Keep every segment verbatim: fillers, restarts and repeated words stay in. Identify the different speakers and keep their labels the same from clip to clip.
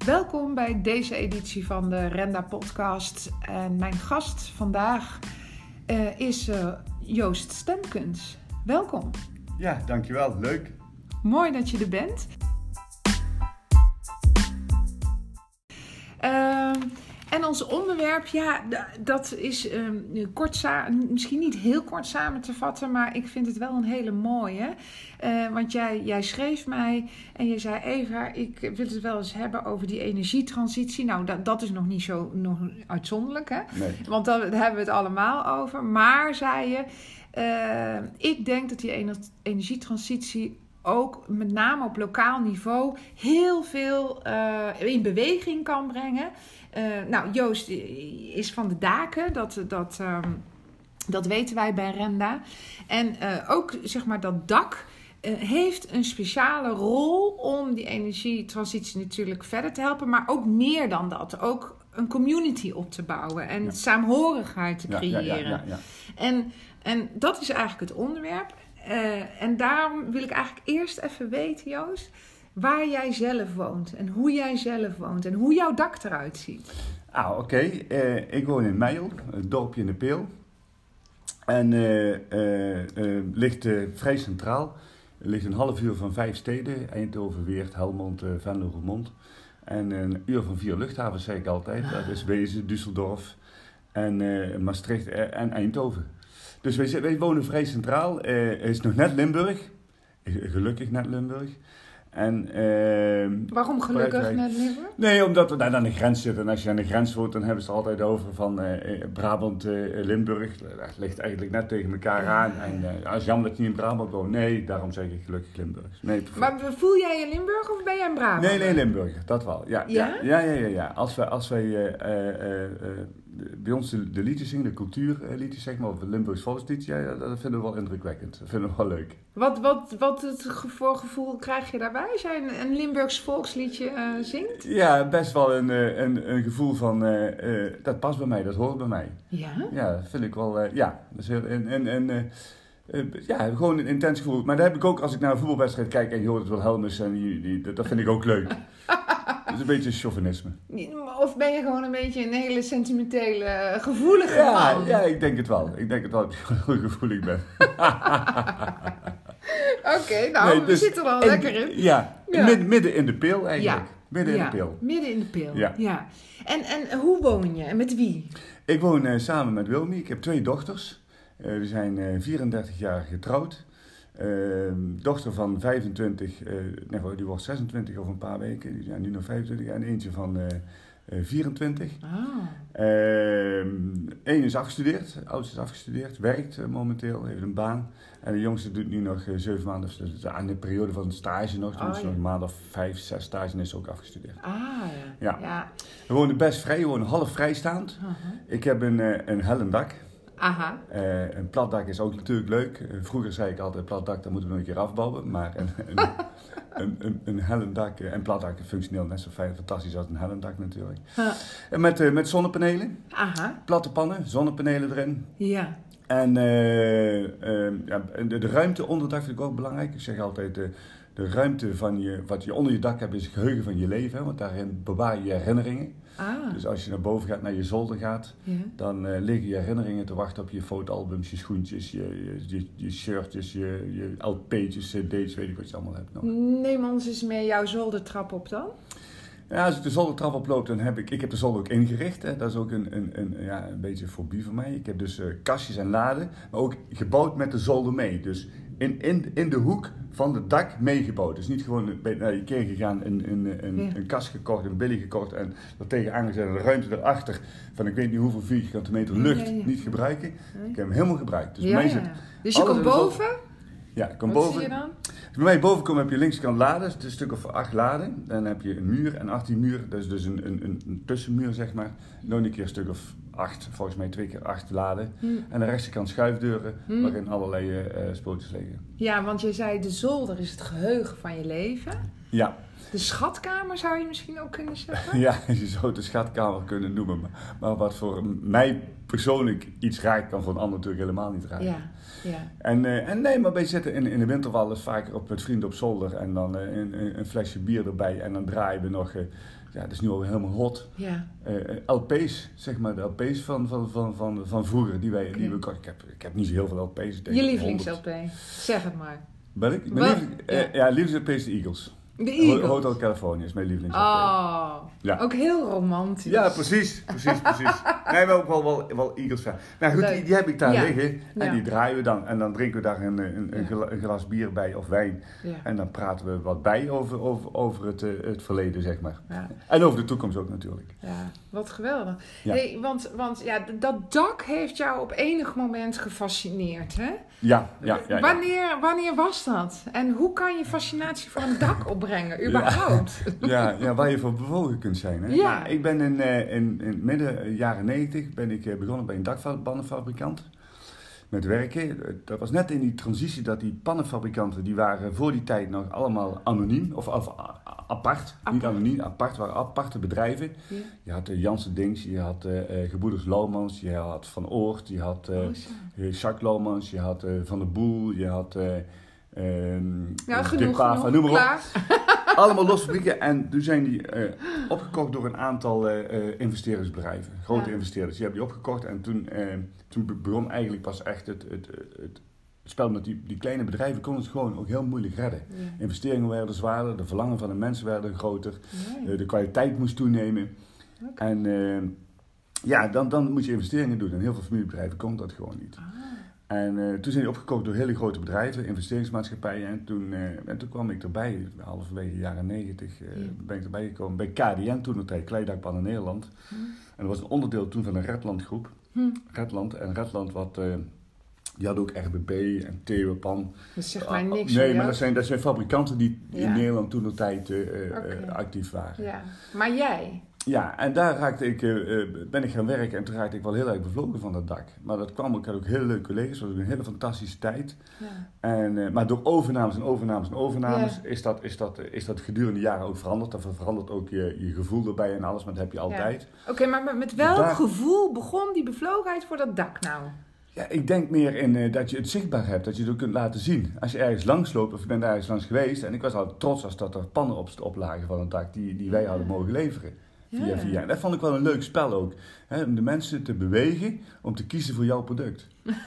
Speaker 1: Welkom bij deze editie van de Renda podcast. En mijn gast vandaag uh, is uh, Joost Stemkens. Welkom.
Speaker 2: Ja, dankjewel. Leuk.
Speaker 1: Mooi dat je er bent. Uh, en ons onderwerp, ja, dat is uh, kort sa- misschien niet heel kort samen te vatten, maar ik vind het wel een hele mooie. Uh, want jij, jij schreef mij en je zei, Eva, ik wil het wel eens hebben over die energietransitie. Nou, dat, dat is nog niet zo nog uitzonderlijk, hè?
Speaker 2: Nee.
Speaker 1: Want daar hebben we het allemaal over. Maar, zei je, uh, ik denk dat die ener- energietransitie ook met name op lokaal niveau heel veel uh, in beweging kan brengen. Uh, nou, Joost is van de daken, dat, dat, um, dat weten wij bij Renda. En uh, ook zeg maar dat dak uh, heeft een speciale rol om die energietransitie natuurlijk verder te helpen. Maar ook meer dan dat, ook een community op te bouwen en ja. saamhorigheid te creëren. Ja, ja, ja, ja, ja. En, en dat is eigenlijk het onderwerp. Uh, en daarom wil ik eigenlijk eerst even weten, Joost, waar jij zelf woont en hoe jij zelf woont en hoe jouw dak eruit ziet.
Speaker 2: Ah, oké. Okay. Uh, ik woon in Meijel, een dorpje in de Peel. En uh, uh, uh, ligt uh, vrij centraal. Er ligt een half uur van vijf steden: Eindhoven, Weert, Helmond, uh, Venlo, Roermond. En een uur van vier luchthavens, zeg ik altijd. Dat is Wezen, Düsseldorf en uh, Maastricht en Eindhoven. Dus wij, wij wonen vrij centraal. Uh, het is nog net Limburg. Gelukkig net Limburg. En, uh,
Speaker 1: Waarom gelukkig wij... net Limburg?
Speaker 2: Nee, omdat we daar aan de grens zitten. En als je aan de grens woont, dan hebben ze het altijd over van uh, Brabant, uh, Limburg. Dat ligt eigenlijk net tegen elkaar aan. En uh, als jammer dat je niet in Brabant woont. Nee, daarom zeg ik gelukkig Limburg. Nee,
Speaker 1: maar voel jij je Limburg of ben jij in Brabant?
Speaker 2: Nee, nee, Limburg. Dat wel. Ja,
Speaker 1: ja?
Speaker 2: Ja, ja, ja. ja. Als wij, als wij uh, uh, uh, bij ons de, de liedjes zingen, de cultuurliedjes, zeg maar, of de Limburgs volkslied, ja, dat vinden we wel indrukwekkend. Dat vinden we wel leuk.
Speaker 1: Wat, wat, wat het voor gevoel krijg je daarbij als jij een, een Limburgs volksliedje uh, zingt?
Speaker 2: Ja, best wel een, een, een gevoel van, uh, uh, dat past bij mij, dat hoort bij mij.
Speaker 1: Ja?
Speaker 2: Ja, dat vind ik wel, uh, ja. Dat is heel, en, en, en, uh, uh, ja, gewoon een intens gevoel. Maar dat heb ik ook als ik naar een voetbalwedstrijd kijk en je hoort het Wilhelmus en die, die, dat vind ik ook leuk. Dat is een beetje chauvinisme.
Speaker 1: Of ben je gewoon een beetje een hele sentimentele, gevoelige
Speaker 2: ja,
Speaker 1: man?
Speaker 2: Ja, ik denk het wel. Ik denk het wel dat ik heel gevoelig ben.
Speaker 1: Oké, okay, nou, nee, dus we zitten er al
Speaker 2: in,
Speaker 1: lekker in.
Speaker 2: Ja, ja. Midden, midden in de peel eigenlijk.
Speaker 1: Ja.
Speaker 2: Midden
Speaker 1: ja.
Speaker 2: in de peel.
Speaker 1: Midden in de peel,
Speaker 2: ja.
Speaker 1: ja. En, en hoe woon je en met wie?
Speaker 2: Ik woon uh, samen met Wilmy. Ik heb twee dochters. Uh, we zijn uh, vierendertig jaar getrouwd. Uh, dochter van vijfentwintig, uh, nee, die wordt zesentwintig over een paar weken. Die zijn nu nog vijfentwintig en eentje van uh, uh, vierentwintig.
Speaker 1: Oh.
Speaker 2: Uh, Eén is afgestudeerd, de oudste is afgestudeerd, werkt uh, momenteel, heeft een baan. En de jongste doet nu nog uh, zeven maanden, dus aan de periode van stage nog.
Speaker 1: Oh,
Speaker 2: dus
Speaker 1: ja.
Speaker 2: nog een maand of vijf, zes stage en is ze ook afgestudeerd.
Speaker 1: Ah, ja.
Speaker 2: Ja.
Speaker 1: ja.
Speaker 2: We wonen best vrij, we wonen half vrijstaand. Uh-huh. Ik heb een, uh, een hellend dak.
Speaker 1: Aha.
Speaker 2: Uh, een plat dak is ook natuurlijk leuk. Uh, vroeger zei ik altijd, plat dak, dat moeten we nog een keer afbouwen. Maar een, een, een, een, een hellend dak, uh, en plat dak functioneel net zo fijn, fantastisch als een hellend dak natuurlijk.
Speaker 1: Huh.
Speaker 2: En met, uh, met zonnepanelen.
Speaker 1: Aha.
Speaker 2: Platte pannen, zonnepanelen erin.
Speaker 1: Ja.
Speaker 2: En uh, uh, ja, de, de ruimte onder het dak vind ik ook belangrijk. Ik zeg altijd, uh, de ruimte van je, wat je onder je dak hebt is het geheugen van je leven. Hè, want daarin bewaar je je herinneringen.
Speaker 1: Ah.
Speaker 2: Dus als je naar boven gaat, naar je zolder gaat, ja. dan uh, liggen je herinneringen te wachten op je fotoalbums, je schoentjes, je, je, je, je shirtjes, je, je L P'tjes, C D's, weet ik wat je allemaal hebt nog.
Speaker 1: Neem ons eens mee jouw zoldertrap op dan.
Speaker 2: Ja, als ik de zoldertrap oploop, dan heb ik, ik heb de zolder ook ingericht. Hè. Dat is ook een, een, een, ja, een beetje een fobie van mij. Ik heb dus uh, kastjes en laden, maar ook gebouwd met de zolder mee. Dus in, in, in de hoek van het dak meegebouwd. Dus niet gewoon naar je keer gegaan, een, een, een, ja. een kast gekocht, een billy gekocht en er tegenaan gezet en de ruimte erachter van ik weet niet hoeveel vierkante meter lucht ja, ja, ja. niet gebruiken. Nee. Ik heb hem helemaal gebruikt. Dus,
Speaker 1: ja, ja. dus je komt boven?
Speaker 2: Ja, ik kom
Speaker 1: Wat
Speaker 2: boven.
Speaker 1: Zie je dan?
Speaker 2: Als bij mij boven kom heb je linkskant laden, het is een stuk of acht laden. Dan heb je een muur en achter die muur, dat is dus een, een, een tussenmuur zeg maar. Nog een keer een stuk of acht, volgens mij twee keer acht laden. Hmm. En aan de rechterkant schuifdeuren, hmm. waarin allerlei uh, spootjes liggen.
Speaker 1: Ja, want je zei de zolder is het geheugen van je leven.
Speaker 2: Ja.
Speaker 1: De schatkamer zou je misschien ook kunnen zeggen?
Speaker 2: Ja, je zou het de schatkamer kunnen noemen. Maar, maar wat voor mij persoonlijk iets raakt, kan voor een ander natuurlijk helemaal niet raken.
Speaker 1: Ja. Ja.
Speaker 2: En, uh, en nee, maar wij zitten in, in de winterwal eens vaker op met vrienden op zolder. En dan uh, een, een flesje bier erbij. En dan draaien we nog... Uh, ja, dat is nu al helemaal hot.
Speaker 1: Ja.
Speaker 2: Uh, L P's, zeg maar, de L P's van, van, van, van, van vroeger. Die wij, okay. die we, ik, heb, ik heb niet zo heel veel L P's.
Speaker 1: Je lievelings-L P, zeg het maar.
Speaker 2: Ben ik? Mijn liefde, ja, uh, ja liefdes-L P is de Eagles.
Speaker 1: De Eagles?
Speaker 2: Hotel California is mijn lievelings-L P.
Speaker 1: Oh, ja. Ook heel romantisch.
Speaker 2: Ja, precies, precies, precies. Nee, maar ook wel, wel, wel Eagles fan. Nou goed, die, die heb ik daar ja. liggen en ja. die draaien we dan. En dan drinken we daar een, een, een, ja. een glas bier bij of wijn. Ja. En dan praten we wat bij over, over, over het, uh, het verleden, zeg maar. Ja. En over de toekomst ook natuurlijk.
Speaker 1: Ja, wat geweldig. Ja. Hey, want want ja, dat dak heeft jou op enig moment gefascineerd, hè?
Speaker 2: Ja, ja, ja, ja.
Speaker 1: Wanneer, wanneer was dat? En hoe kan je fascinatie voor een dak opbrengen, überhaupt?
Speaker 2: Ja, ja, ja, waar je voor bewogen kunt zijn. Hè? Ja. Nou, ik ben in, uh, in, in midden jaren negentig ben ik uh, begonnen bij een dakpannenfabrikant met werken. Dat was net in die transitie dat die pannenfabrikanten, die waren voor die tijd nog allemaal anoniem, of, of apart. apart. Niet anoniem, apart, waren aparte bedrijven. Ja. Je had uh, Jansen Dings, je had uh, Gebroeders Lomans, je had Van Oort, je had uh, oh, Jacques Lomans, je had uh, Van der Boel, je had... Uh, Um,
Speaker 1: ja, genoeg, Pava, genoeg, noem maar op.
Speaker 2: Allemaal losse fabrieken. En toen zijn die uh, opgekocht door een aantal uh, uh, investeringsbedrijven. Grote ja. investeerders. Die hebben die opgekocht. En toen, uh, toen begon eigenlijk pas echt het, het, het, het spel. Met die, die kleine bedrijven konden het gewoon ook heel moeilijk redden. Ja. Investeringen werden zwaarder. De verlangen van de mensen werden groter. Ja. Uh, de kwaliteit moest toenemen. Okay. En uh, ja, dan, dan moet je investeringen doen. En heel veel familiebedrijven kon dat gewoon niet. Ah. En uh, toen zijn die opgekocht door hele grote bedrijven, investeringsmaatschappijen. En toen, uh, en toen kwam ik erbij, halverwege de jaren negentig, uh, ja. ben ik erbij gekomen bij K D N, toen de tijd, Kleidakpannen Nederland. Hm. En dat was een onderdeel toen van een Redland groep. Hm. Redland, en Redland wat, uh, die had ook R B B en Theopan.
Speaker 1: Dat zegt mij niks.
Speaker 2: Uh, nee, maar dat zijn, dat zijn fabrikanten die ja. in Nederland toen de tijd uh, okay. uh, actief waren.
Speaker 1: Ja. Maar jij?
Speaker 2: Ja, en daar raakte ik, uh, ben ik gaan werken en toen raakte ik wel heel erg bevlogen van dat dak. Maar dat kwam, ik had ook hele leuke collega's, het was ook een hele fantastische tijd. Ja. En, uh, maar door overnames en overnames en overnames ja. is, dat, is, dat, is dat gedurende de jaren ook veranderd. Dat verandert ook je, je gevoel erbij en alles, maar dat heb je altijd.
Speaker 1: Ja. Oké, okay, maar met welk daar... gevoel begon die bevlogenheid voor dat dak nou?
Speaker 2: Ja, ik denk meer in uh, dat je het zichtbaar hebt, dat je het ook kunt laten zien. Als je ergens langs loopt, of je bent ergens langs geweest, en ik was al trots als dat er pannen op, op lagen van het dak die, die wij hadden mogen leveren. Via, ja. via. En dat vond ik wel een leuk spel ook. Hè, om de mensen te bewegen om te kiezen voor jouw product.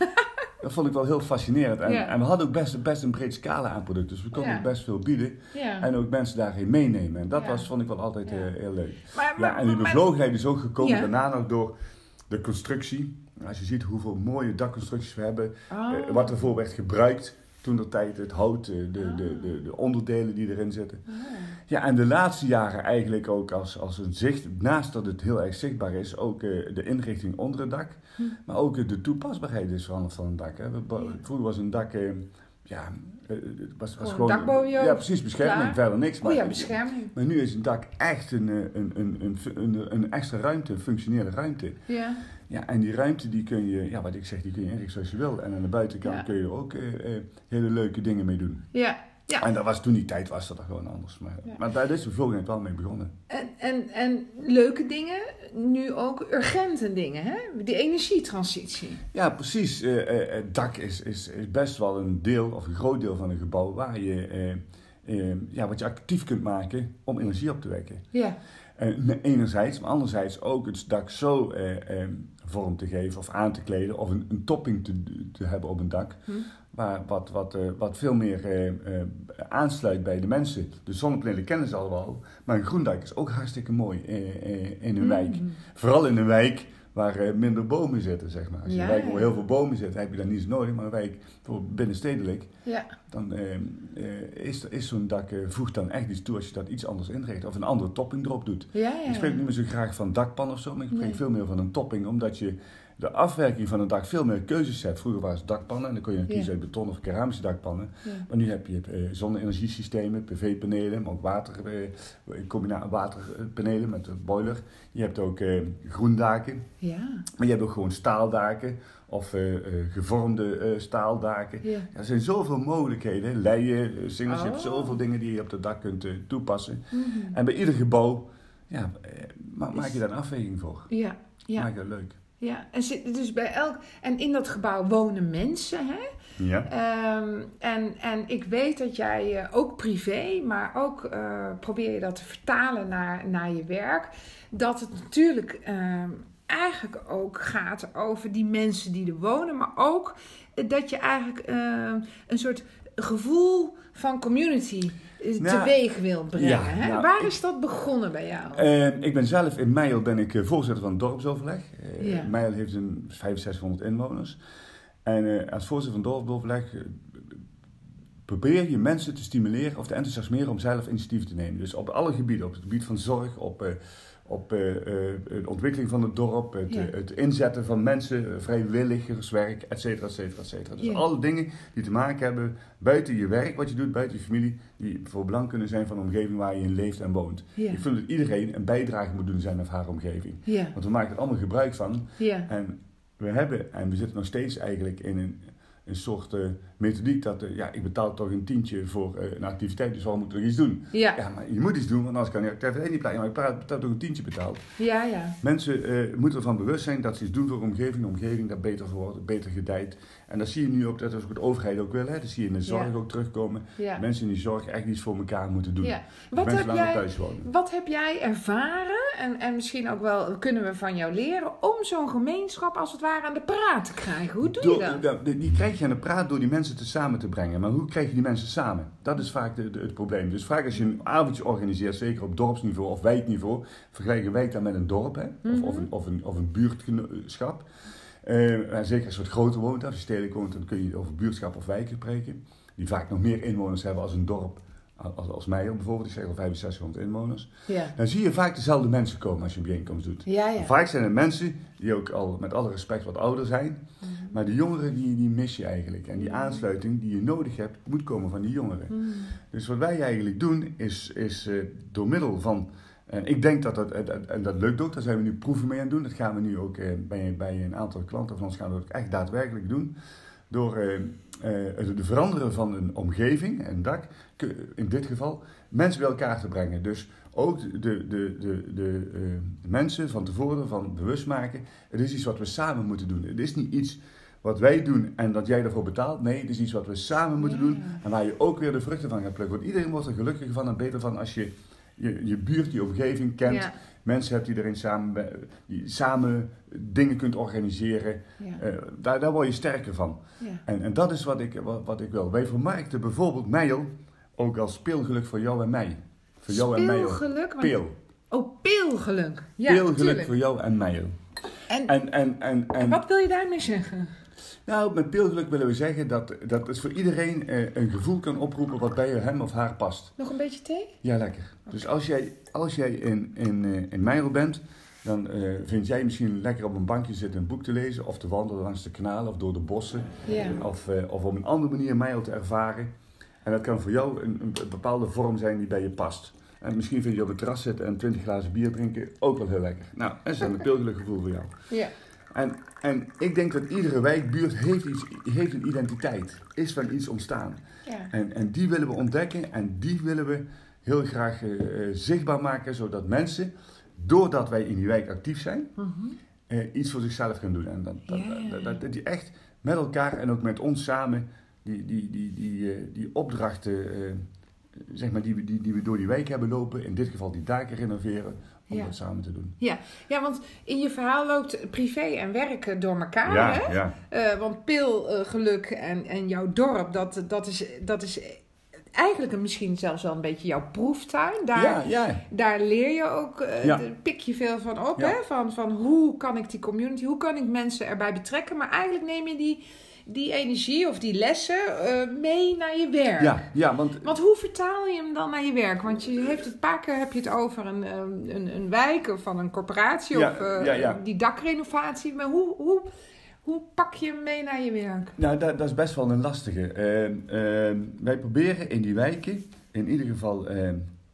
Speaker 2: Dat vond ik wel heel fascinerend. En, ja. en we hadden ook best, best een breed scala aan producten. Dus we konden ja. ook best veel bieden. Ja. En ook mensen daarheen meenemen. En dat ja. was, vond ik wel altijd ja. heel, heel leuk. Maar, maar, ja, en die bevlogenheid is ook gekomen ja. daarna nog door de constructie. Als je ziet hoeveel mooie dakconstructies we hebben. Oh. Uh, wat ervoor werd gebruikt. Toen de tijd het hout, de, de, de, de onderdelen die erin zitten. Oh. Ja, en de laatste jaren eigenlijk ook als, als een zicht, naast dat het heel erg zichtbaar is, ook uh, de inrichting onder het dak. Hm. Maar ook uh, de toepasbaarheid is veranderd van een dak. Hè. We, vroeger was een dak, uh, ja, uh, was, was gewoon...
Speaker 1: Dak boven je
Speaker 2: ja, precies, bescherming, ja. verder niks. Maar,
Speaker 1: oh ja, bescherming.
Speaker 2: Maar nu is een dak echt een, een, een, een, een, een extra ruimte, een functionele ruimte. Ja. Ja, en die ruimte die kun je, ja wat ik zeg, die kun je inrichten zoals je wil. En aan de buitenkant ja. kun je er ook uh, uh, hele leuke dingen mee doen. Ja. Ja. En dat was, toen die tijd was dat gewoon anders. Maar, ja. maar daar is de bevlogenheid wel mee begonnen.
Speaker 1: En, en, en leuke dingen, nu ook urgente dingen, hè? Die energietransitie.
Speaker 2: Ja, precies. Uh, uh, het dak is, is, is best wel een deel, of een groot deel van een gebouw, waar je, uh, uh, ja, wat je actief kunt maken om energie op te wekken. Ja. Uh, enerzijds, maar anderzijds ook het dak zo uh, uh, vorm te geven of aan te kleden of een, een topping te, te hebben op een dak. Hm. Waar, wat, wat, uh, wat veel meer uh, uh, aansluit bij de mensen. De zonnepanelen kennen ze al wel, maar een groen dak is ook hartstikke mooi uh, uh, in een hm. wijk. Vooral in een wijk waar uh, minder bomen zitten, zeg maar. Als je ja, een wijk waar heel veel bomen zitten, heb je dat niet eens nodig. Maar een wijk, bijvoorbeeld binnenstedelijk, ja. dan uh, uh, is, is zo'n dak, uh, voegt dan echt iets toe als je dat iets anders inricht. Of een andere topping erop doet. Ja, ja. Ik spreek niet meer zo graag van dakpan of zo, maar ik spreek nee. veel meer van een topping. Omdat je de afwerking van een dak veel meer keuzes hebt. Vroeger waren het dakpannen en dan kon je kiezen ja. uit beton of keramische dakpannen. Ja. Maar nu heb je uh, zonne-energiesystemen, P V-panelen, maar ook water, uh, combina- waterpanelen met een boiler. Je hebt ook uh, groendaken. Ja. Maar je hebt ook gewoon staaldaken of uh, uh, gevormde uh, staaldaken. Ja. Ja, er zijn zoveel mogelijkheden. Leien, uh, singles, oh. je hebt zoveel dingen die je op het dak kunt uh, toepassen. Mm-hmm. En bij ieder gebouw ja, uh, ma- maak je daar een afweging voor. Ja. Ja. Maak je dat leuk.
Speaker 1: Ja, en, zit, dus bij elk, en in dat gebouw wonen mensen, hè?
Speaker 2: Ja.
Speaker 1: Um, en, en ik weet dat jij uh, ook privé, maar ook uh, probeer je dat te vertalen naar, naar je werk. Dat het natuurlijk uh, eigenlijk ook gaat over die mensen die er wonen. Maar ook uh, dat je eigenlijk uh, een soort gevoel van community uh, nou, teweeg wil brengen.
Speaker 2: Ja,
Speaker 1: hè?
Speaker 2: nou,
Speaker 1: Waar
Speaker 2: ik,
Speaker 1: is dat begonnen bij jou?
Speaker 2: Uh, ik ben zelf in Meijel ben ik uh, voorzitter van het dorpsoverleg. Uh,
Speaker 1: ja.
Speaker 2: Meijel heeft een vijfenzestigshonderd inwoners. En uh, als voorzitter van het dorpsoverleg uh, probeer je mensen te stimuleren of te enthousiasmeren om zelf initiatief te nemen. Dus op alle gebieden, op het gebied van zorg, op, uh, op uh, uh, de ontwikkeling van het dorp, het, ja. uh, het inzetten van mensen, uh, vrijwilligerswerk, et cetera, et cetera, et cetera. Dus ja. alle dingen die te maken hebben buiten je werk, wat je doet, buiten je familie, die voor belang kunnen zijn van de omgeving waar je in leeft en woont. Ja. Ik vind dat iedereen een bijdrage moet doen zijn of haar omgeving. Ja. Want we maken er allemaal gebruik van. Ja. En we hebben, en we zitten nog steeds eigenlijk in een, een soort uh, methodiek dat, uh, ja, ik betaal toch een tientje voor uh, een activiteit, dus waarom moet ik nog iets doen? Ja. ja, maar je moet iets doen, want anders kan je activiteit niet blijven. Maar ik betaal toch een tientje betaald. Ja, ja. Mensen uh, moeten ervan bewust zijn dat ze iets doen voor de omgeving, de omgeving dat beter wordt, beter gedijt. En dat zie je nu ook, dat is ook de overheid ook wil, hè. Dat zie je in de zorg ja. ook terugkomen. Ja. Mensen in die zorg echt iets voor elkaar moeten doen. Ja.
Speaker 1: Wat, mensen heb jij, thuis wonen. Wat heb jij ervaren, en, en misschien ook wel kunnen we van jou leren, om zo'n gemeenschap als het ware aan de praat te krijgen? Hoe doe
Speaker 2: door,
Speaker 1: je dat?
Speaker 2: Die, die krijg je aan de praat door die mensen te samen te brengen. Maar hoe krijg je die mensen samen? Dat is vaak de, de, het probleem. Dus vaak als je een avondje organiseert, zeker op dorpsniveau of wijkniveau, vergelijk een wijk dan met een dorp, hè? Mm-hmm. of, of, een, of, een, of een buurtschap. Uh, zeker als je wat groter woont, als je stedelijk woont, dan kun je over buurtschap of wijken spreken. Die vaak nog meer inwoners hebben als een dorp, als, als Meijel bijvoorbeeld. Ik zeg al vijfenzestigshonderd inwoners. Ja. Dan zie je vaak dezelfde mensen komen als je een bijeenkomst doet. Ja, ja. Vaak zijn het mensen die ook al met alle respect wat ouder zijn. Mm-hmm. Maar die jongeren die, die mis je eigenlijk. En die mm-hmm. aansluiting die je nodig hebt, moet komen van die jongeren. Mm-hmm. Dus wat wij eigenlijk doen, is, is uh, door middel van... En ik denk dat dat, en dat lukt ook, daar zijn we nu proeven mee aan het doen. Dat gaan we nu ook bij, bij een aantal klanten van ons gaan we dat ook echt daadwerkelijk doen. Door uh, uh, het veranderen van een omgeving, een dak, in dit geval, mensen bij elkaar te brengen. Dus ook de, de, de, de, de uh, mensen van tevoren van bewust maken. Het is iets wat we samen moeten doen. Het is niet iets wat wij doen en dat jij daarvoor betaalt. Nee, het is iets wat we samen moeten ja. doen en waar je ook weer de vruchten van gaat plukken. Want iedereen wordt er gelukkiger van en beter van als je... Je, je buurt, je omgeving kent, ja. mensen hebt die erin samen, die samen dingen kunt organiseren. Ja. Uh, daar, daar word je sterker van. Ja. En, en dat is wat ik, wat, wat ik wil. Wij vermarkten bijvoorbeeld Meijel ook als speelgeluk voor jou en mij. Voor jou en Meijel.
Speaker 1: Speelgeluk?
Speaker 2: Peel.
Speaker 1: Oh, peelgeluk. Ja,
Speaker 2: peelgeluk
Speaker 1: tuurlijk.
Speaker 2: voor jou en Meijel.
Speaker 1: En,
Speaker 2: en, en, en, en
Speaker 1: wat wil je daarmee zeggen?
Speaker 2: Nou, met peelgeluk willen we zeggen dat, dat het voor iedereen uh, een gevoel kan oproepen wat bij hem of haar past.
Speaker 1: Nog een beetje thee?
Speaker 2: Ja, lekker. Okay. Dus als jij, als jij in, in, uh, in Meijel bent, dan uh, vind jij misschien lekker op een bankje zitten een boek te lezen of te wandelen langs de kanalen of door de bossen. Yeah. Of, uh, of op een andere manier Meijel te ervaren. En dat kan voor jou een, een bepaalde vorm zijn die bij je past. En misschien vind je op het terras zitten en twintig glazen bier drinken ook wel heel lekker. Nou, dat is dan een peelgeluk gevoel voor jou. Ja. Yeah. En, en ik denk dat iedere wijkbuurt heeft, iets, heeft een identiteit, is van iets ontstaan. Ja. En, en die willen we ontdekken en die willen we heel graag uh, zichtbaar maken, zodat mensen, doordat wij in die wijk actief zijn, mm-hmm. uh, iets voor zichzelf gaan doen. En dat, dat, ja, ja, ja. dat, dat, dat die echt met elkaar en ook met ons samen die, die, die, die, uh, die opdrachten, uh, zeg maar, die, die, die we door die wijk hebben lopen, in dit geval die daken renoveren, om ja. dat samen te doen.
Speaker 1: Ja. ja, want in je verhaal loopt privé en werk door elkaar.
Speaker 2: Ja,
Speaker 1: hè?
Speaker 2: Ja.
Speaker 1: Uh, want peelgeluk uh, en, en jouw dorp, dat, dat, is, dat is eigenlijk een, misschien zelfs wel een beetje jouw proeftuin. Daar,
Speaker 2: ja, ja.
Speaker 1: daar leer je ook, uh, ja. pik je veel van op. Ja. Hè? Van, van hoe kan ik die community, hoe kan ik mensen erbij betrekken. Maar eigenlijk neem je die... die energie of die lessen uh, mee naar je werk.
Speaker 2: Ja, ja, want...
Speaker 1: want hoe vertaal je hem dan naar je werk? Want je heeft het, een paar keer heb je het over een, een, een wijk of van een corporatie
Speaker 2: ja,
Speaker 1: of uh,
Speaker 2: ja, ja.
Speaker 1: die dakrenovatie. Maar hoe, hoe, hoe pak je hem mee naar je werk?
Speaker 2: Nou, dat, dat is best wel een lastige. Uh, uh, wij proberen in die wijken, in ieder geval uh,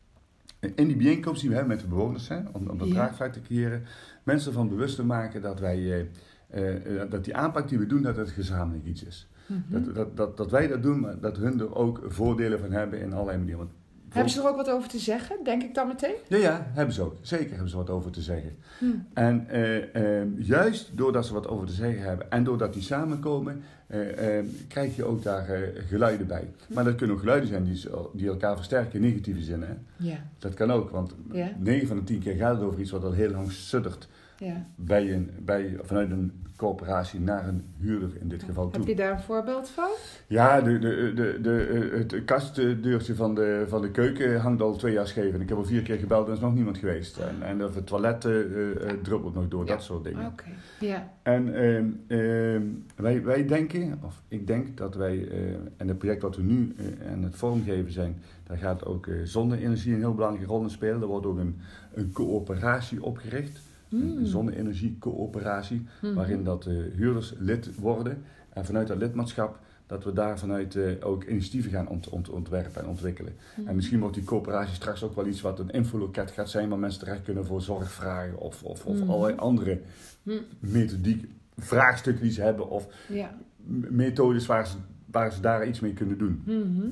Speaker 2: in die bijeenkomst die we hebben met de bewoners, hè, om, om dat ja. draagvlak te creëren, mensen ervan bewust te maken dat wij... Uh, Uh, dat die aanpak die we doen, dat het gezamenlijk iets is. Mm-hmm. Dat, dat, dat, dat wij dat doen, maar dat hun er ook voordelen van hebben in allerlei manieren. Want
Speaker 1: Hebben ze er ook wat over te zeggen, denk ik dan meteen?
Speaker 2: Ja, ja, hebben ze ook. Zeker hebben ze wat over te zeggen.
Speaker 1: Hmm.
Speaker 2: En uh, uh, juist doordat ze wat over te zeggen hebben en doordat die samenkomen, uh, uh, krijg je ook daar uh, geluiden bij. Hmm. Maar dat kunnen ook geluiden zijn die, die elkaar versterken in negatieve zin. Hè?
Speaker 1: Ja.
Speaker 2: Dat kan ook, want
Speaker 1: ja.
Speaker 2: negen van de tien keer gaat het over iets wat al heel lang suddert.
Speaker 1: Ja.
Speaker 2: Bij een, bij, vanuit een coöperatie naar een huurder in dit geval toe.
Speaker 1: Heb je daar een voorbeeld van?
Speaker 2: Ja, de, de, de, de, het kastdeurtje van de, van de keuken hangt al twee jaar scheef. En ik heb al vier keer gebeld en er is nog niemand geweest. En, en of het toilet uh, uh, druppelt nog door, ja. Dat soort dingen.
Speaker 1: Okay. Ja.
Speaker 2: En uh, uh, wij, wij denken, of ik denk dat wij, uh, en het project wat we nu uh, aan het vormgeven zijn, daar gaat ook uh, zonne-energie een heel belangrijke rol in spelen. Er wordt ook een, een coöperatie opgericht.
Speaker 1: Mm.
Speaker 2: Een zonne-energie-coöperatie, mm-hmm. waarin dat uh, huurders lid worden. En vanuit dat lidmaatschap, dat we daar vanuit uh, ook initiatieven gaan ont- ont- ontwerpen en ontwikkelen. Mm. En misschien wordt die coöperatie straks ook wel iets wat een infoloket gaat zijn, waar mensen terecht kunnen voor zorgvragen of, of, of mm. allerlei andere mm. methodiek, vraagstukken die ze hebben of
Speaker 1: ja.
Speaker 2: methodes waar ze, waar ze daar iets mee kunnen doen.
Speaker 1: Mm-hmm.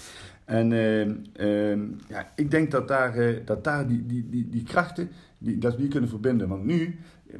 Speaker 2: En uh, uh, ja, ik denk dat daar, uh, dat daar die, die, die, die krachten, die, dat we die kunnen verbinden. Want nu uh,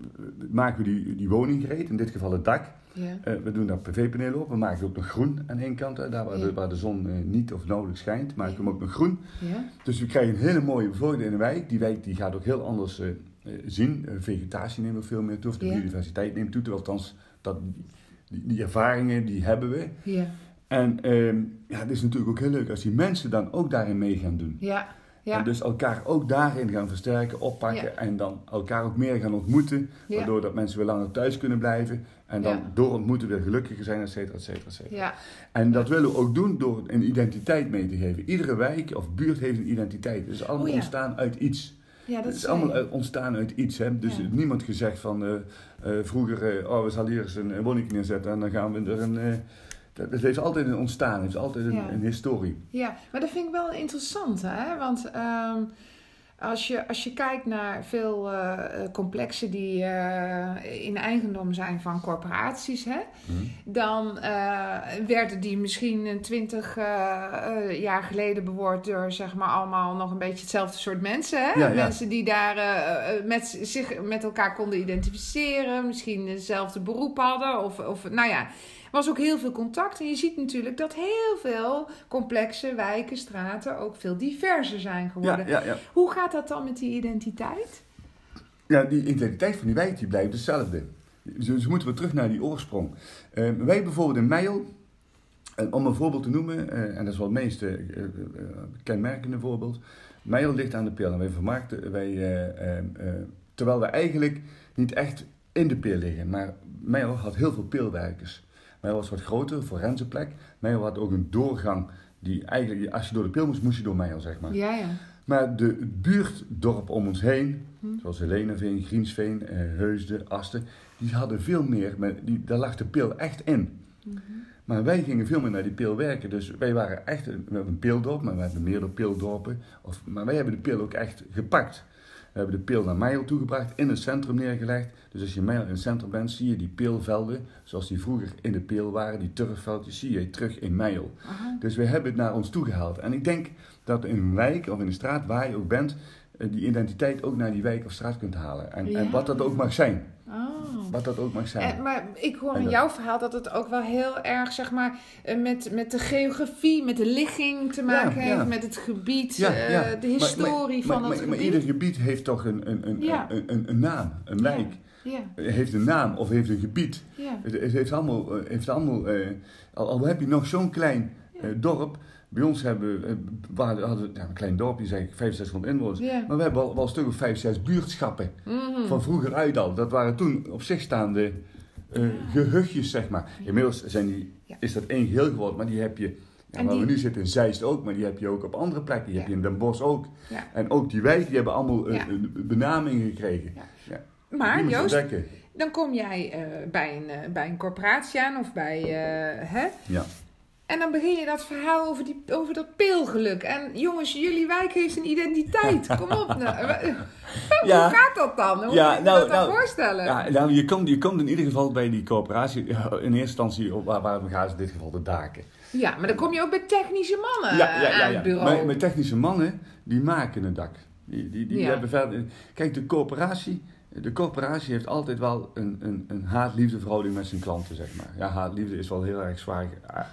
Speaker 2: maken we die, die woning gereed, in dit geval het dak.
Speaker 1: Ja.
Speaker 2: Uh, we doen daar P V-panelen op. We maken het ook nog groen aan één kant. Hè, daar waar, ja. de, waar de zon uh, niet of nauwelijks schijnt, maken we ja. hem ook nog groen.
Speaker 1: Ja.
Speaker 2: Dus we krijgen een hele mooie bevolking in de wijk. Die wijk die gaat ook heel anders uh, uh, zien. Uh, vegetatie neemt ook veel meer toe. Of de ja. biodiversiteit neemt toe. Althans, dat, die, die ervaringen die hebben we.
Speaker 1: Ja.
Speaker 2: En um, ja, het is natuurlijk ook heel leuk als die mensen dan ook daarin mee gaan doen.
Speaker 1: Ja, ja.
Speaker 2: En dus elkaar ook daarin gaan versterken, oppakken ja. en dan elkaar ook meer gaan ontmoeten. Ja. Waardoor dat mensen weer langer thuis kunnen blijven. En dan ja. door ontmoeten weer gelukkiger zijn, et cetera, et cetera, et cetera.
Speaker 1: Ja.
Speaker 2: En dat willen we ook doen door een identiteit mee te geven. Iedere wijk of buurt heeft een identiteit. Het is allemaal oh, ja. ontstaan uit iets.
Speaker 1: Ja, dat
Speaker 2: het is
Speaker 1: zei.
Speaker 2: allemaal uit, ontstaan uit iets. Hè? Dus ja. niemand gezegd van uh, uh, vroeger, uh, oh we zullen hier eens een, een woning neerzetten en dan gaan we er een... Uh, Het heeft altijd een ontstaan, het heeft altijd een, ja. een historie.
Speaker 1: Ja, maar dat vind ik wel interessant, hè? Want um, als, je, als je kijkt naar veel uh, complexen die uh, in eigendom zijn van corporaties, hè? Hmm. Dan uh, werden die misschien twintig uh, uh, jaar geleden bewoord door zeg maar allemaal nog een beetje hetzelfde soort mensen, hè? Ja, ja. Mensen die daar uh, met, zich met elkaar konden identificeren, misschien hetzelfde beroep hadden of, of nou ja... Er was ook heel veel contact en je ziet natuurlijk dat heel veel complexe wijken, straten ook veel diverser zijn geworden.
Speaker 2: Ja, ja, ja.
Speaker 1: Hoe gaat dat dan met die identiteit?
Speaker 2: Ja, die identiteit van die wijk die blijft hetzelfde. Dus moeten we terug naar die oorsprong. Uh, wij bijvoorbeeld in Meijel, uh, om een voorbeeld te noemen, uh, en dat is wel het meest uh, uh, kenmerkende voorbeeld. Meijel ligt aan de Peel en wij vermarkten, wij, uh, uh, uh, terwijl we eigenlijk niet echt in de Peel liggen, maar Meijel had heel veel peelwerkers. Meijel was wat groter, forensenplek. Meijel had ook een doorgang die eigenlijk, als je door de Peel moest, moest je door Meijel, zeg maar.
Speaker 1: Ja, ja.
Speaker 2: Maar de buurtdorp om ons heen, hm. zoals Heleneveen, Griensveen, uh, Heusden, Asten, die hadden veel meer, maar die, daar lag de Peel echt in. Mm-hmm. Maar wij gingen veel meer naar die Peel werken, dus wij waren echt, een, we hebben een Peeldorp, maar we hebben meerdere Peeldorpen, of, maar wij hebben de Peel ook echt gepakt. We hebben de Peel naar Meijel toegebracht, in het centrum neergelegd. Dus als je in Meijel in het centrum bent, zie je die peelvelden, zoals die vroeger in de Peel waren, die turfveldjes, zie je terug in Meijel. Aha. Dus we hebben het naar ons toegehaald. En ik denk dat in een wijk of in een straat, waar je ook bent, die identiteit ook naar die wijk of straat kunt halen. En, ja. en wat dat ook mag zijn.
Speaker 1: Oh.
Speaker 2: Wat dat ook mag zijn.
Speaker 1: En, maar ik hoor in dat... jouw verhaal dat het ook wel heel erg, zeg maar, met, met de geografie, met de ligging te maken ja, heeft, ja. met het gebied, ja, ja. Uh, de historie
Speaker 2: maar, maar,
Speaker 1: van
Speaker 2: maar,
Speaker 1: het
Speaker 2: maar, maar
Speaker 1: gebied.
Speaker 2: ieder gebied heeft toch een, een, een, ja. een, een, een naam, een wijk.
Speaker 1: Ja.
Speaker 2: Ja. Heeft een naam of heeft een gebied. Ja. Het, het heeft allemaal, heeft allemaal uh, al, al heb je nog zo'n klein uh, dorp. Bij ons hebben we hadden ja, een klein dorpje, zeg ik, vijfenzestighonderd inwoners. Yeah. Maar we hebben al wel een stuk of vijf, zes buurtschappen. Mm-hmm. Van vroeger uit al. Dat waren toen op zich staande uh, ja. gehuchtjes, zeg maar. Inmiddels zijn die, ja. is dat één geheel geworden, maar die heb je... Ja, waar die... we nu zitten in Zeist ook, maar die heb je ook op andere plekken. Die ja. heb je in Den Bosch ook. Ja. En ook die wijken, die hebben allemaal ja. een, een benaming gekregen. Ja.
Speaker 1: Ja. Maar Joost, dan kom jij uh, bij, een, uh, bij een corporatie aan of bij... Uh, hè?
Speaker 2: Ja.
Speaker 1: En dan begin je dat verhaal over, die, over dat peelgeluk. En jongens, jullie wijk heeft een identiteit. Kom op. Nou.
Speaker 2: Ja.
Speaker 1: Hoe gaat dat dan? Hoe
Speaker 2: Ja,
Speaker 1: moet je
Speaker 2: nou,
Speaker 1: dat dan
Speaker 2: nou,
Speaker 1: voorstellen?
Speaker 2: Ja, nou, je, komt, je komt in ieder geval bij die coöperatie, in eerste instantie, op, waar, waar het om gaat is in dit geval de daken.
Speaker 1: Ja, maar dan kom je ook bij technische mannen
Speaker 2: Ja, ja, ja,
Speaker 1: aan
Speaker 2: ja.
Speaker 1: het bureau.
Speaker 2: Maar, maar technische mannen, die maken een dak. Die, die, die
Speaker 1: Ja.
Speaker 2: hebben verder... Kijk, de coöperatie, de coöperatie heeft altijd wel een, een, een haat-liefde verhouding met zijn klanten, zeg maar. Ja, haat-liefde is wel heel erg zwaar.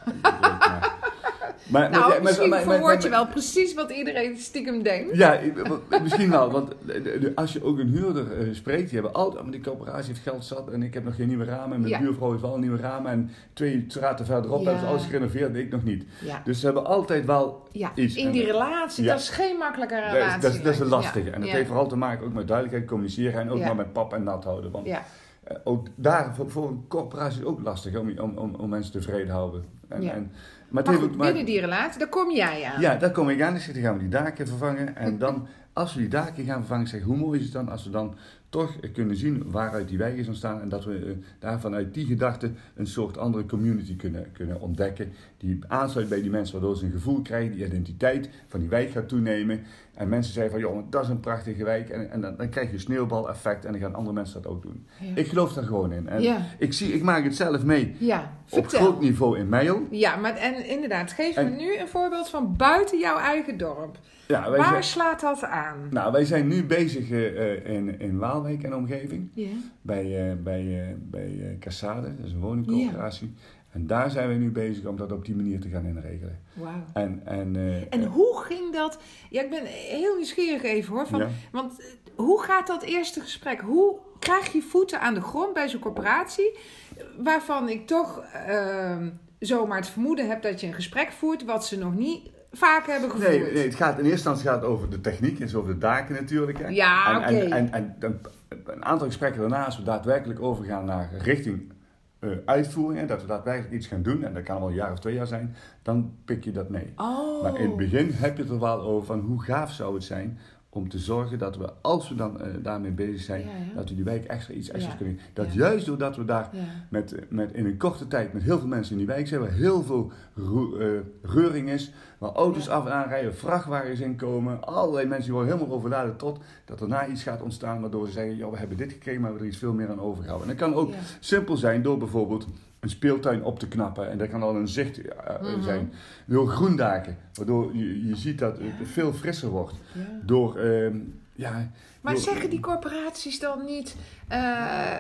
Speaker 2: Maar, maar,
Speaker 1: nou,
Speaker 2: maar,
Speaker 1: misschien
Speaker 2: maar, maar,
Speaker 1: verwoord
Speaker 2: maar,
Speaker 1: je wel precies wat iedereen stiekem denkt.
Speaker 2: Ja, misschien wel. Want de, de, als je ook een huurder uh, spreekt, die hebben altijd... Maar die coöperatie heeft geld zat en ik heb nog geen nieuwe ramen. En mijn
Speaker 1: Ja.
Speaker 2: buurvrouw heeft wel een nieuwe ramen. En twee straten verderop
Speaker 1: Ja.
Speaker 2: hebben ze alles gerenoveerd en ik nog niet.
Speaker 1: Ja.
Speaker 2: Dus ze hebben altijd wel
Speaker 1: Ja,
Speaker 2: iets.
Speaker 1: in die relatie,
Speaker 2: Ja.
Speaker 1: dat is geen makkelijke
Speaker 2: Dat
Speaker 1: relatie.
Speaker 2: is, dat, is, dat is een
Speaker 1: geweest.
Speaker 2: lastige.
Speaker 1: Ja.
Speaker 2: En dat
Speaker 1: Ja.
Speaker 2: heeft vooral te maken ook met duidelijkheid, communiceren en ook
Speaker 1: Ja.
Speaker 2: maar met pap en nat houden. Want
Speaker 1: Ja.
Speaker 2: uh, ook daar, voor, voor een corporatie is het ook lastig om, om, om, om mensen tevreden te houden. En,
Speaker 1: Ja.
Speaker 2: en, maar het
Speaker 1: Maar
Speaker 2: heeft
Speaker 1: goed,
Speaker 2: ook- maar-
Speaker 1: binnen die relatie, daar kom jij aan.
Speaker 2: Ja, daar kom ik aan. Ik zeg, dan gaan we die daken vervangen. En dan, als we die daken gaan vervangen, zeg ik, hoe mooi is het dan als we dan toch kunnen zien waaruit die wijk is ontstaan. En dat we uh, daar vanuit die gedachte een soort andere community kunnen, kunnen ontdekken. Die aansluit bij die mensen, waardoor ze een gevoel krijgen, die identiteit van die wijk gaat toenemen. En mensen zeggen van, joh, dat is een prachtige wijk. En, en dan, dan krijg je een sneeuwbaleffect en dan gaan andere mensen dat ook doen.
Speaker 1: Ja.
Speaker 2: Ik geloof daar gewoon in. En
Speaker 1: Ja.
Speaker 2: ik, zie, ik maak het zelf mee
Speaker 1: Ja,
Speaker 2: op
Speaker 1: vertel.
Speaker 2: groot niveau in Meijel.
Speaker 1: Ja, maar en inderdaad, geef
Speaker 2: En-
Speaker 1: me nu een voorbeeld van buiten jouw eigen dorp.
Speaker 2: Ja, wij
Speaker 1: Waar
Speaker 2: zijn,
Speaker 1: slaat dat aan?
Speaker 2: nou, wij zijn nu bezig uh, in, in Waalwijk en omgeving.
Speaker 1: Ja.
Speaker 2: Bij, uh, bij, uh, bij uh, Cassade, dat is een woningcoöperatie. En daar zijn we nu bezig om dat op die manier te gaan inregelen.
Speaker 1: Wauw.
Speaker 2: En, en, uh,
Speaker 1: En hoe ging dat? Ja, ik ben heel nieuwsgierig even hoor. Van,
Speaker 2: Ja.
Speaker 1: Want uh, hoe gaat dat eerste gesprek? Hoe krijg je voeten aan de grond bij zo'n corporatie? Waarvan ik toch uh, zomaar het vermoeden heb dat je een gesprek voert wat ze nog niet vaak hebben gevoerd.
Speaker 2: Nee, nee, het gaat in eerste instantie gaat het over de techniek en over de daken natuurlijk. Hè.
Speaker 1: Ja,
Speaker 2: en,
Speaker 1: oké.
Speaker 2: En, en, en, en een aantal gesprekken daarna, als we daadwerkelijk overgaan naar richting uh, uitvoering, hè, dat we daadwerkelijk iets gaan doen, en dat kan al een jaar of twee jaar zijn, dan pik je dat mee.
Speaker 1: Oh.
Speaker 2: Maar in het begin heb je het er wel over van hoe gaaf zou het zijn om te zorgen dat we, als we dan uh, daarmee bezig zijn,
Speaker 1: Ja, ja.
Speaker 2: dat we die wijk extra iets extra's
Speaker 1: Ja.
Speaker 2: kunnen. Dat
Speaker 1: Ja.
Speaker 2: juist doordat we daar
Speaker 1: Ja.
Speaker 2: met, met in een korte tijd met heel veel mensen in die wijk zijn, waar heel veel ro- uh, reuring is, waar auto's
Speaker 1: Ja.
Speaker 2: af en aan rijden, vrachtwagens inkomen, allerlei mensen die worden helemaal overladen tot dat er na iets gaat ontstaan, waardoor ze zeggen, joh, we hebben dit gekregen, maar we hebben er iets veel meer aan overgehouden. En dat kan ook
Speaker 1: Ja.
Speaker 2: simpel zijn door bijvoorbeeld een speeltuin op te knappen. En dat kan al een zicht uh,
Speaker 1: Mhm.
Speaker 2: zijn. Door groendaken, waardoor je, je ziet dat het veel frisser wordt.
Speaker 1: Ja.
Speaker 2: Door, uh, ja...
Speaker 1: Maar
Speaker 2: door-
Speaker 1: zeggen die corporaties dan niet, uh,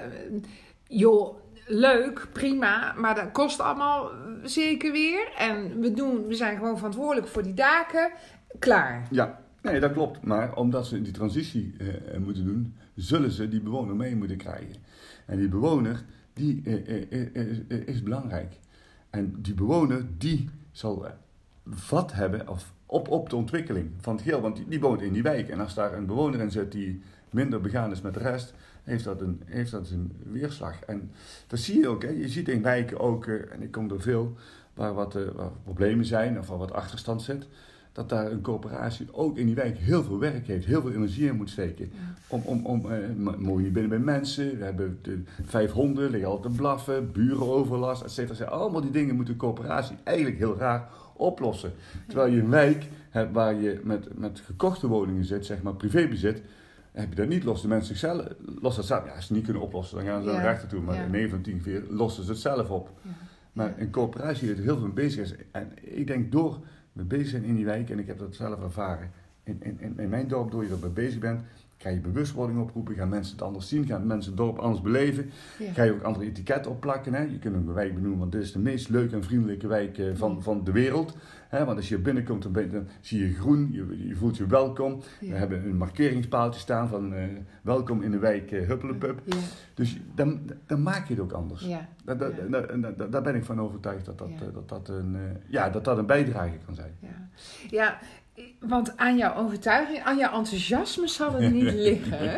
Speaker 1: joh, leuk, prima, maar dat kost allemaal zeker weer. En we, doen, we zijn gewoon verantwoordelijk voor die daken. Klaar.
Speaker 2: Ja, nee, dat klopt. Maar omdat ze die transitie uh, moeten doen, zullen ze die bewoner mee moeten krijgen. En die bewoner, die uh, uh, uh, uh, is belangrijk. En die bewoner, die zal vat hebben of op, op de ontwikkeling van het geheel. Want die, die woont in die wijk. En als daar een bewoner in zit die minder begaan is met de rest, heeft dat een, heeft dat een weerslag. En dat zie je ook. Hè. Je ziet in wijken ook, uh, en ik kom er veel, waar wat, uh, waar problemen zijn of waar wat achterstand zit, dat daar een corporatie ook in die wijk heel veel werk heeft, heel veel energie in moet steken.
Speaker 1: Ja.
Speaker 2: Om, om, om uh, mooi niet binnen bij mensen, we hebben de vijf honden, liggen altijd te blaffen, burenoverlast, et cetera. Allemaal die dingen moet de corporatie eigenlijk heel raar oplossen. Terwijl je een wijk hebt waar je met, met gekochte woningen zit, zeg maar privébezit, heb je dat niet, lossen de mensen zichzelf, lossen dat zelf. Ja, als ze het niet kunnen oplossen, dan gaan ze
Speaker 1: Ja.
Speaker 2: naar de rechter toe. Maar
Speaker 1: Ja.
Speaker 2: negen van tien keer lossen ze het zelf op.
Speaker 1: Ja.
Speaker 2: Maar een corporatie die er heel veel mee bezig is. En ik denk door mee bezig zijn in die wijk, en ik heb dat zelf ervaren, in, in, in mijn dorp, door je er mee bezig bent, ga je bewustwording oproepen, gaan mensen het anders zien, gaan mensen het dorp anders beleven.
Speaker 1: Ja.
Speaker 2: Ga je ook andere etiketten opplakken. Hè? Je kunt een wijk benoemen, want dit is de meest leuke en vriendelijke wijk uh, van,
Speaker 1: Ja.
Speaker 2: van de wereld. Hè? Want als je binnenkomt, dan, ben je, dan zie je groen, je, je voelt je welkom.
Speaker 1: Ja.
Speaker 2: We hebben een markeringspaaltje staan van uh, welkom in de wijk uh, Huppelepup.
Speaker 1: Ja.
Speaker 2: Dus dan, dan maak je het ook anders.
Speaker 1: Ja.
Speaker 2: Daar, daar,
Speaker 1: Ja.
Speaker 2: daar, daar, daar ben ik van overtuigd dat dat,
Speaker 1: Ja.
Speaker 2: uh, dat, dat, een, uh, ja, dat dat een bijdrage kan zijn.
Speaker 1: Ja. Ja, want aan jouw overtuiging, aan jouw enthousiasme zal het niet liggen. Hè?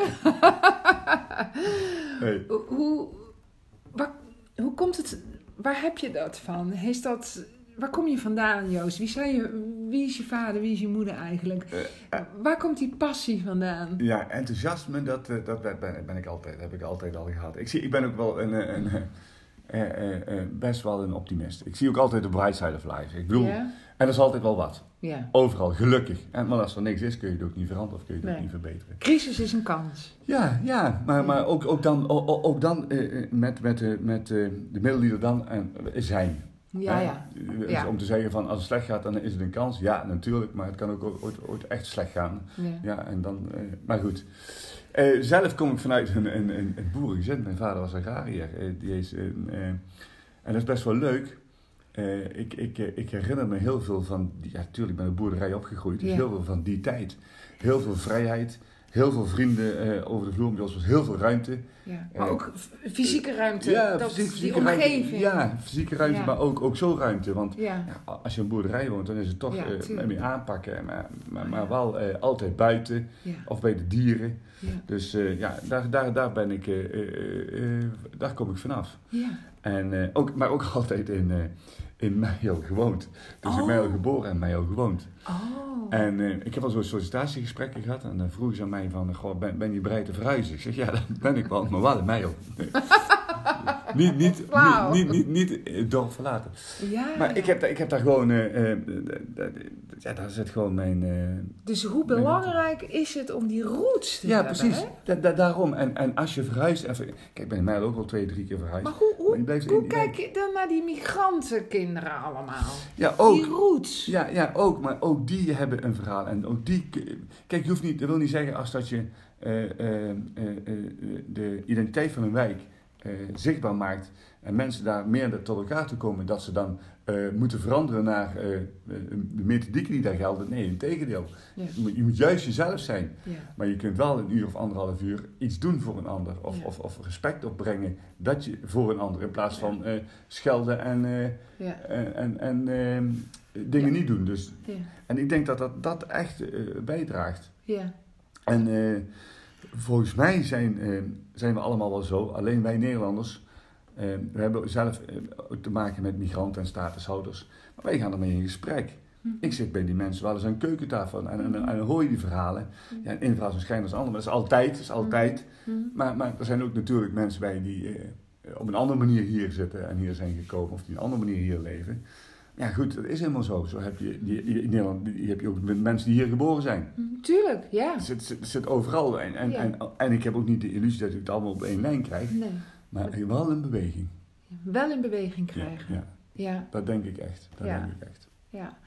Speaker 2: Hey.
Speaker 1: Hoe, waar, hoe komt het, waar heb je dat van? Is dat, waar kom je vandaan, Joost? Wie, zijn je, wie is je vader, wie is je moeder eigenlijk?
Speaker 2: Uh,
Speaker 1: waar komt die passie vandaan?
Speaker 2: Ja, enthousiasme, dat, dat ben, ben ik altijd, heb ik altijd al gehad. Ik, zie, ik ben ook wel een... een, een uh, uh, uh, best wel een optimist. Ik zie ook altijd de bright side of life. Ik bedoel,
Speaker 1: Ja.
Speaker 2: en er is altijd wel wat.
Speaker 1: Ja.
Speaker 2: Overal, gelukkig. En, maar als er niks is, kun je het ook niet veranderen of kun je het
Speaker 1: Nee.
Speaker 2: ook niet verbeteren.
Speaker 1: Crisis is een kans.
Speaker 2: Ja, ja, maar,
Speaker 1: Ja.
Speaker 2: maar ook, ook dan, ook, ook dan uh, met, met, uh, met uh, de middelen die er dan uh, zijn.
Speaker 1: Ja,
Speaker 2: Hè?
Speaker 1: ja.
Speaker 2: Dus
Speaker 1: Ja.
Speaker 2: om te zeggen van als het slecht gaat, dan is het een kans. Ja, natuurlijk, maar het kan ook ooit, ooit echt slecht gaan.
Speaker 1: Ja.
Speaker 2: Ja, en dan, uh, maar goed. Uh, zelf kom ik vanuit een, een, een, een boerengezin. Mijn vader was agrariër. Uh, die is, uh, uh, en dat is best wel leuk. Uh, ik, ik, uh, ik herinner me heel veel van, die, ja natuurlijk ben ik boerderij opgegroeid, dus
Speaker 1: Ja.
Speaker 2: heel veel van die tijd. Heel veel vrijheid, heel veel vrienden uh, over de vloer, bij ons was heel veel ruimte.
Speaker 1: Ja. Maar
Speaker 2: Uh,
Speaker 1: ook f- fysieke ruimte,
Speaker 2: Ja,
Speaker 1: dat,
Speaker 2: fysiek-
Speaker 1: die
Speaker 2: fysieke
Speaker 1: omgeving.
Speaker 2: ruimte. Ja, fysieke ruimte,
Speaker 1: Ja.
Speaker 2: maar ook, ook zo ruimte. Want
Speaker 1: Ja.
Speaker 2: ja, als je een boerderij woont, dan is het toch
Speaker 1: Ja,
Speaker 2: uh,
Speaker 1: tuurlijk.
Speaker 2: mee aanpakken. Maar, maar, maar
Speaker 1: Ja.
Speaker 2: wel uh, altijd buiten
Speaker 1: Ja.
Speaker 2: of bij de dieren.
Speaker 1: Ja.
Speaker 2: Dus uh, ja, daar, daar, daar ben ik, uh, uh, uh, daar kom ik vanaf.
Speaker 1: Ja.
Speaker 2: En, uh, ook, maar ook altijd in, uh, in Meijel gewoond. Dus
Speaker 1: Oh.
Speaker 2: in Meijel geboren en Meijel gewoond.
Speaker 1: Oh.
Speaker 2: En uh, ik heb al zo'n sollicitatiegesprekken gehad. En dan vroegen ze aan mij van, goh, ben, ben je bereid te verhuizen? Ik zeg, ja, dat ben ik wel, maar wel in Meijel. niet, niet,
Speaker 1: Wauw.
Speaker 2: niet, niet, niet, niet het dorp verlaten.
Speaker 1: Ja.
Speaker 2: Maar ik heb, ik heb daar gewoon, uh, uh, ja, daar zit gewoon mijn... Uh,
Speaker 1: Dus hoe belangrijk is het om die roots te
Speaker 2: ja,
Speaker 1: hebben?
Speaker 2: precies.
Speaker 1: Hè?
Speaker 2: Da, da, daarom. En, en als je verhuist... Even, kijk, ik ben in Meijel ook wel twee, drie keer verhuisd.
Speaker 1: Maar hoe,
Speaker 2: Maar je
Speaker 1: hoe,
Speaker 2: blijft
Speaker 1: hoe
Speaker 2: in-
Speaker 1: kijk je dan naar die migrantenkinderen allemaal?
Speaker 2: Ja, ook.
Speaker 1: Die roots.
Speaker 2: Ja, ja, ook. Maar ook die hebben een verhaal. En ook die... Kijk, je hoeft niet... Dat wil niet zeggen als dat je uh, uh, uh, uh, de identiteit van een wijk uh, zichtbaar maakt en mensen daar meer tot elkaar toe komen, dat ze dan uh, moeten veranderen naar uh, de methodieken die daar gelden. Nee, integendeel.
Speaker 1: Ja.
Speaker 2: Je moet, je moet juist jezelf zijn.
Speaker 1: Ja.
Speaker 2: Maar je kunt wel een uur of anderhalf uur iets doen voor een ander. Of,
Speaker 1: Ja.
Speaker 2: of, of respect opbrengen dat je, voor een ander. In plaats
Speaker 1: Ja.
Speaker 2: van uh, schelden en, uh,
Speaker 1: Ja.
Speaker 2: en, en, en uh, dingen
Speaker 1: Ja.
Speaker 2: niet doen. Dus,
Speaker 1: Ja.
Speaker 2: en ik denk dat dat, dat echt uh, bijdraagt.
Speaker 1: Ja.
Speaker 2: En uh, volgens mij zijn, uh, zijn we allemaal wel zo. Alleen wij Nederlanders. Uh, we hebben zelf uh, te maken met migranten en statushouders. Maar wij gaan ermee in gesprek.
Speaker 1: Mhm.
Speaker 2: Ik zit bij die mensen wel eens aan een keukentafel en, en, en, en dan hoor je die verhalen.
Speaker 1: Mhm.
Speaker 2: Ja, een verhaal is waarschijnlijk als ander, maar dat is altijd, dat is altijd.
Speaker 1: Mhm.
Speaker 2: Maar, maar er zijn ook natuurlijk mensen bij die uh, op een andere manier hier zitten en hier zijn gekomen of die op een andere manier hier leven. Ja goed, dat is helemaal zo. Zo heb je, die, die, in Nederland die, heb je ook mensen die hier geboren zijn.
Speaker 1: Mhm. Tuurlijk, ja.
Speaker 2: Het zit, zit, zit overal. En, en,
Speaker 1: Ja.
Speaker 2: en, en ik heb ook niet de illusie dat ik het allemaal op één lijn krijg,
Speaker 1: Nee.
Speaker 2: maar wel een beweging.
Speaker 1: Wel in beweging
Speaker 2: Ja,
Speaker 1: krijgen.
Speaker 2: ja,
Speaker 1: Ja.
Speaker 2: dat denk ik echt. Dat
Speaker 1: Ja.
Speaker 2: denk ik echt.
Speaker 1: Ja.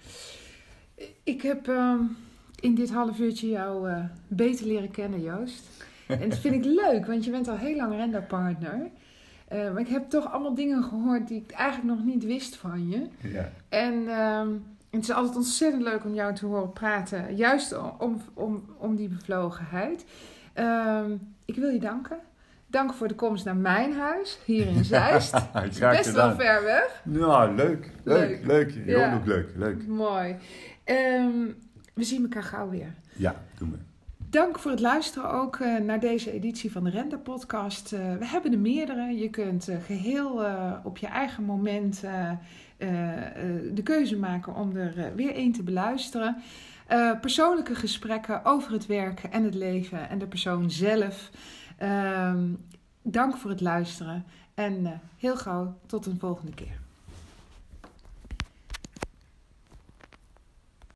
Speaker 1: Ik heb ehm, in dit half uurtje jou uh, beter leren kennen, Joost. En dat vind ik leuk, want je bent al heel lang renderpartner. Uh, maar ik heb toch allemaal dingen gehoord die ik eigenlijk nog niet wist van je.
Speaker 2: Ja.
Speaker 1: En ehm, het is altijd ontzettend leuk om jou te horen praten. Juist om, om, om die bevlogenheid. Ehm, ik wil je danken. Dank voor de komst naar mijn huis, hier in Zeist. Het is
Speaker 2: Graag
Speaker 1: best wel
Speaker 2: gedaan.
Speaker 1: ver weg.
Speaker 2: Nou, leuk. Leuk,
Speaker 1: Leuk.
Speaker 2: leuk. Je
Speaker 1: Ja.
Speaker 2: ook leuk. Leuk.
Speaker 1: Mooi. Ehm, we zien elkaar gauw weer.
Speaker 2: Ja, doen we.
Speaker 1: Dank voor het luisteren ook uh, naar deze editie van de Render Podcast. Uh, we hebben er meerdere. Je kunt uh, geheel uh, op je eigen moment uh, uh, uh, de keuze maken om er uh, weer één te beluisteren. Uh, persoonlijke gesprekken over het werk en het leven en de persoon zelf. Uh, dank voor het luisteren en uh, heel gauw tot een volgende keer.